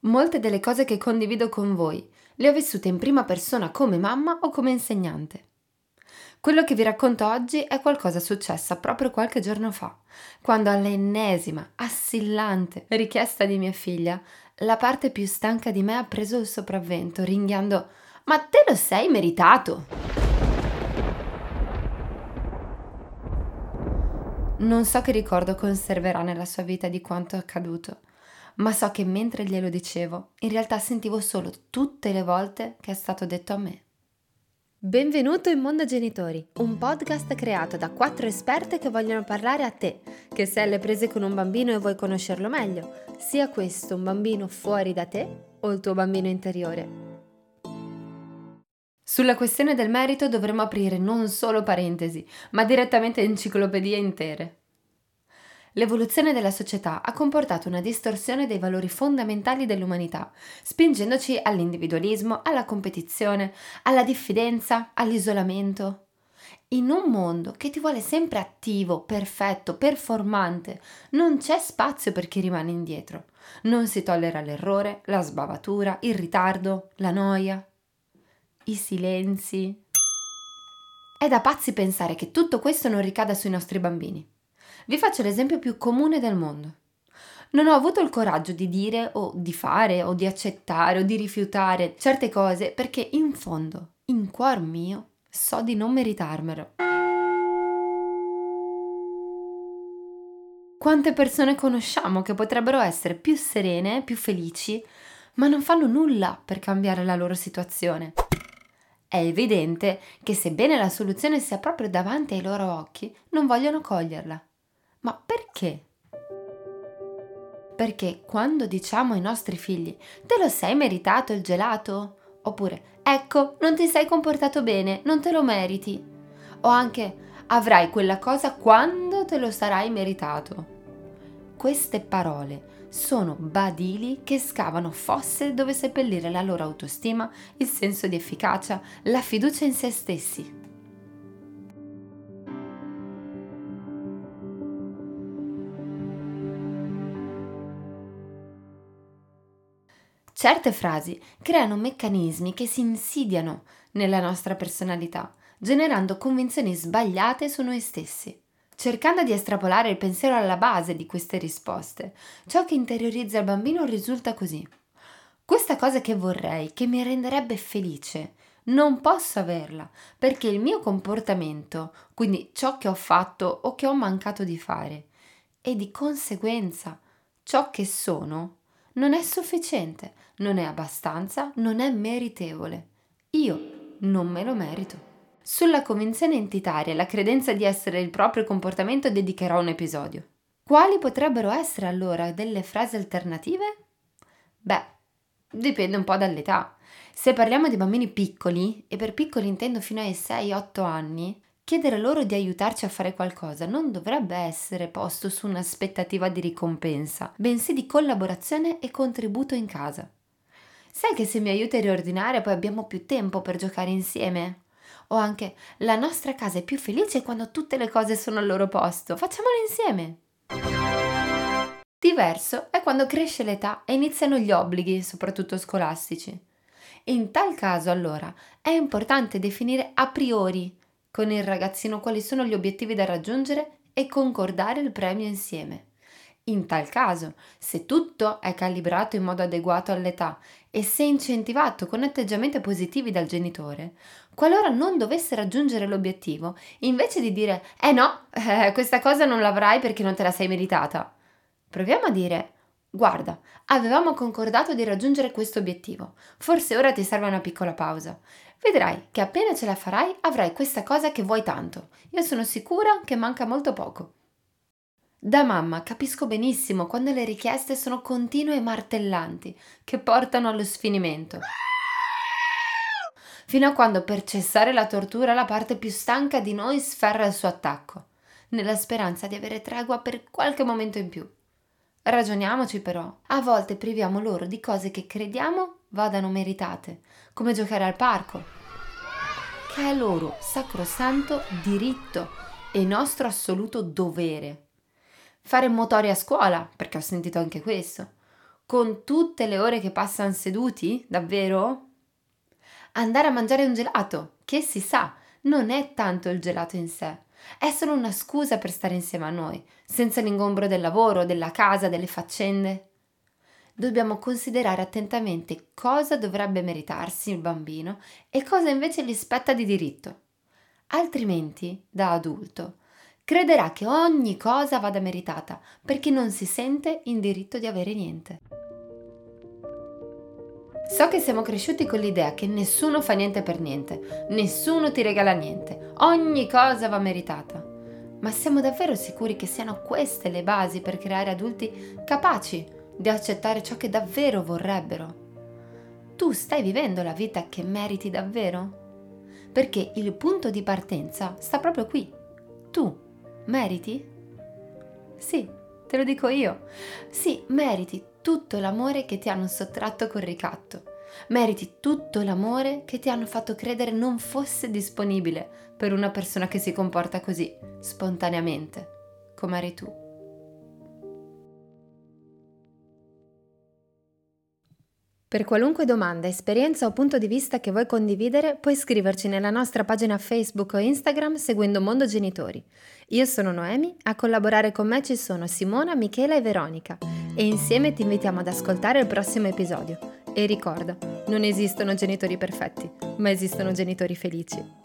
Molte delle cose che condivido con voi le ho vissute in prima persona come mamma o come insegnante. Quello che vi racconto oggi è qualcosa successa proprio qualche giorno fa, quando all'ennesima, assillante richiesta di mia figlia, la parte più stanca di me ha preso il sopravvento, ringhiando: "Ma te lo sei meritato!" Non so che ricordo conserverà nella sua vita di quanto accaduto, ma so che mentre glielo dicevo, in realtà sentivo solo tutte le volte che è stato detto a me. Benvenuto in Mondo Genitori, un podcast creato da 4 esperte che vogliono parlare a te, che sei alle prese con un bambino e vuoi conoscerlo meglio, sia questo un bambino fuori da te o il tuo bambino interiore. Sulla questione del merito dovremmo aprire non solo parentesi, ma direttamente enciclopedie intere. L'evoluzione della società ha comportato una distorsione dei valori fondamentali dell'umanità, spingendoci all'individualismo, alla competizione, alla diffidenza, all'isolamento. In un mondo che ti vuole sempre attivo, perfetto, performante, non c'è spazio per chi rimane indietro. Non si tollera l'errore, la sbavatura, il ritardo, la noia, i silenzi. È da pazzi pensare che tutto questo non ricada sui nostri bambini. Vi faccio l'esempio più comune del mondo. Non ho avuto il coraggio di dire o di fare o di accettare o di rifiutare certe cose perché in fondo, in cuor mio, so di non meritarmelo. Quante persone conosciamo che potrebbero essere più serene, più felici, ma non fanno nulla per cambiare la loro situazione? È evidente che sebbene la soluzione sia proprio davanti ai loro occhi, non vogliono coglierla. Ma perché? Perché quando diciamo ai nostri figli: "Te lo sei meritato il gelato?" Oppure: "Ecco, non ti sei comportato bene, non te lo meriti." O anche: "Avrai quella cosa quando te lo sarai meritato." Queste parole sono badili che scavano fosse dove seppellire la loro autostima, il senso di efficacia, la fiducia in se stessi. Certe frasi creano meccanismi che si insidiano nella nostra personalità, generando convinzioni sbagliate su noi stessi. Cercando di estrapolare il pensiero alla base di queste risposte, ciò che interiorizza il bambino risulta così. Questa cosa che vorrei, che mi renderebbe felice, non posso averla perché il mio comportamento, quindi ciò che ho fatto o che ho mancato di fare, e di conseguenza ciò che sono, non è sufficiente, non è abbastanza, non è meritevole. Io non me lo merito. Sulla convinzione entitaria e la credenza di essere il proprio comportamento dedicherò un episodio. Quali potrebbero essere allora delle frasi alternative? Beh, dipende un po' dall'età. Se parliamo di bambini piccoli, e per piccoli intendo fino ai 6-8 anni, chiedere loro di aiutarci a fare qualcosa non dovrebbe essere posto su un'aspettativa di ricompensa, bensì di collaborazione e contributo in casa. Sai che se mi aiuti a riordinare poi abbiamo più tempo per giocare insieme? O anche la nostra casa è più felice quando tutte le cose sono al loro posto. Facciamolo insieme! Diverso è quando cresce l'età e iniziano gli obblighi, soprattutto scolastici. In tal caso, allora, è importante definire a priori con il ragazzino quali sono gli obiettivi da raggiungere e concordare il premio insieme. In tal caso, se tutto è calibrato in modo adeguato all'età e se incentivato con atteggiamenti positivi dal genitore, qualora non dovesse raggiungere l'obiettivo, invece di dire no, questa cosa non l'avrai perché non te la sei meritata, proviamo a dire: "Guarda, avevamo concordato di raggiungere questo obiettivo. Forse ora ti serve una piccola pausa. Vedrai che appena ce la farai avrai questa cosa che vuoi tanto. Io sono sicura che manca molto poco." Da mamma capisco benissimo quando le richieste sono continue e martellanti, che portano allo sfinimento. Fino a quando per cessare la tortura la parte più stanca di noi sferra il suo attacco, nella speranza di avere tregua per qualche momento in più. Ragioniamoci però, a volte priviamo loro di cose che crediamo vadano meritate, come giocare al parco, che è loro sacrosanto diritto e nostro assoluto dovere. Fare motori a scuola, perché ho sentito anche questo. con tutte le ore che passano seduti? Davvero? Andare a mangiare un gelato, che si sa, non è tanto il gelato in sé, è solo una scusa per stare insieme a noi, senza l'ingombro del lavoro, della casa, delle faccende. Dobbiamo considerare attentamente cosa dovrebbe meritarsi il bambino e cosa invece gli spetta di diritto. Altrimenti, da adulto, crederà che ogni cosa vada meritata perché non si sente in diritto di avere niente. So che siamo cresciuti con l'idea che nessuno fa niente per niente, nessuno ti regala niente, ogni cosa va meritata. Ma siamo davvero sicuri che siano queste le basi per creare adulti capaci di accettare ciò che davvero vorrebbero? Tu stai vivendo la vita che meriti davvero? Perché il punto di partenza sta proprio qui. Tu meriti? Sì, te lo dico io. Sì, meriti tutto l'amore che ti hanno sottratto col ricatto. Meriti tutto l'amore che ti hanno fatto credere non fosse disponibile per una persona che si comporta così, spontaneamente, come eri tu. Per qualunque domanda, esperienza o punto di vista che vuoi condividere, puoi scriverci nella nostra pagina Facebook o Instagram seguendo Mondo Genitori. Io sono Noemi, a collaborare con me ci sono Simona, Michela e Veronica e insieme ti invitiamo ad ascoltare il prossimo episodio. E ricorda, non esistono genitori perfetti, ma esistono genitori felici.